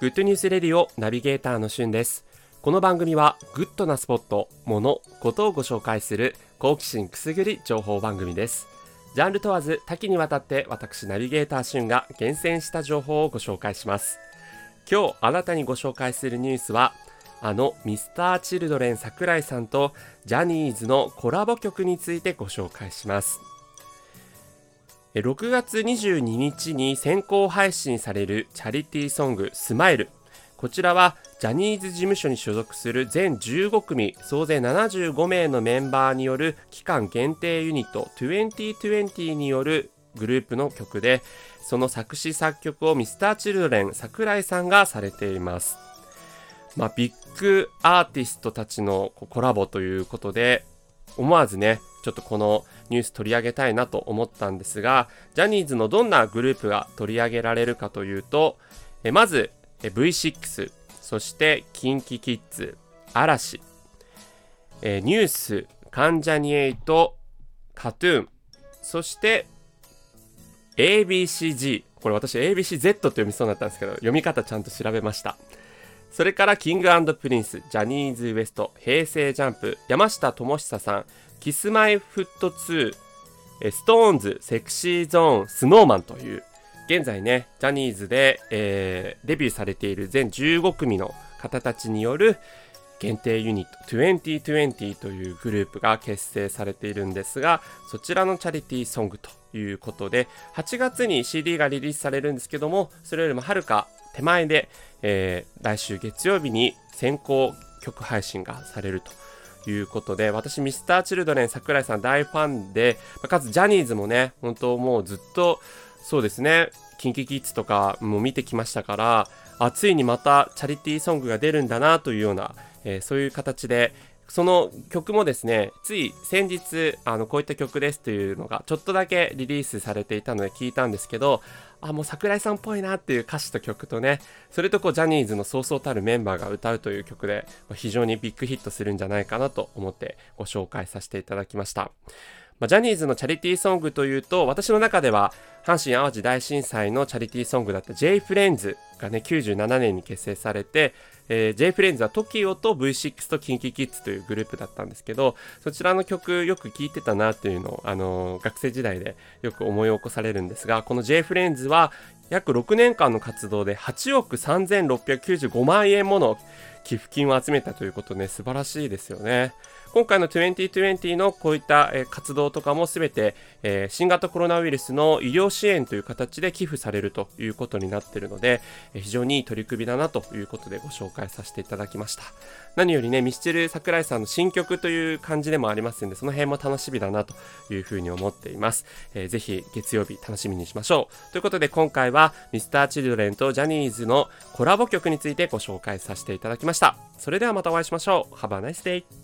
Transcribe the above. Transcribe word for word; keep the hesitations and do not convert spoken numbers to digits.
グッドニュースレディオナビゲーターのしゅんです。この番組はグッドなスポット、もの、ことをご紹介する好奇心くすぐり情報番組です。ジャンル問わず多岐にわたって私ナビゲーターしゅんが厳選した情報をご紹介します。今日あなたにご紹介するニュースは、あのミスターチルドレン桜井さんとジャニーズのコラボ曲についてご紹介します。ろくがつにじゅうににちに先行配信されるチャリティーソングスマイル。こちらはジャニーズ事務所に所属する全じゅうごくみ総勢ななじゅうごめいのメンバーによる期間限定ユニットにせんにじゅうによるグループの曲で、その作詞作曲をミスターチルドレン桜井さんがされています。まあ、ビッグアーティストたちのコラボということで、思わずねちょっとこのニュース取り上げたいなと思ったんですが、ジャニーズのどんなグループが取り上げられるかというと、えまず ブイシックス、 そしてキンキキッズ、嵐、えニュース、関ジャニエイト、カトゥーン、そして エービーシージー、 これ私 エービーシーゼット と読みそうになったんですけど、読み方ちゃんと調べました。それからキング&プリンス、ジャニーズ WEST、 平成ジャンプ、山下智久さん、キスマイフットツー、ストーンズ、セクシーゾーン、スノーマンという現在ねジャニーズで、えー、デビューされている全じゅうごくみの方たちによる限定ユニットにせんにじゅうというグループが結成されているんですが、そちらのチャリティーソングということで、はちがつに シーディー がリリースされるんですけども、それよりもはるか手前で、えー、来週月曜日に先行曲配信がされるということで、私ミスターチルドレン桜井さん大ファンで、かつジャニーズもね本当もうずっとそうですね、キンキキッズとかも見てきましたから、あついにまたチャリティーソングが出るんだなというような、えー、そういう形で、その曲もですねつい先日あのこういった曲ですというのがちょっとだけリリースされていたので聞いたんですけど、あもう桜井さんっぽいなっていう歌詞と曲とね、それとこうジャニーズのそうそうたるメンバーが歌うという曲で、非常にビッグヒットするんじゃないかなと思ってご紹介させていただきました。まあ、ジャニーズのチャリティーソングというと、私の中では阪神淡路大震災のチャリティーソングだった J フレンズがねきゅうじゅうななねんに結成されて、えー、J フレンズは トキオ と ブイシックス と キンキキッズというグループだったんですけど、そちらの曲よく聴いてたなっていうのを、あのー、学生時代でよく思い起こされるんですが、この J フレンズは約ろくねんかんの活動ではちおくさんぜんろっぴゃくきゅうじゅうごまんえんもの寄付金を集めたということで、素晴らしいですよね。今回のにせんにじゅうのこういった活動とかもすべて新型コロナウイルスの医療支援という形で寄付されるということになっているので、非常にいい取り組みだなということでご紹介させていただきました。何よりねミスチル桜井さんの新曲という感じでもありますので、その辺も楽しみだなというふうに思っています。えー、ぜひ月曜日楽しみにしましょうということで、今回はミスターチルドレンとジャニーズのコラボ曲についてご紹介させていただきました。それではまたお会いしましょう。Have a nice day!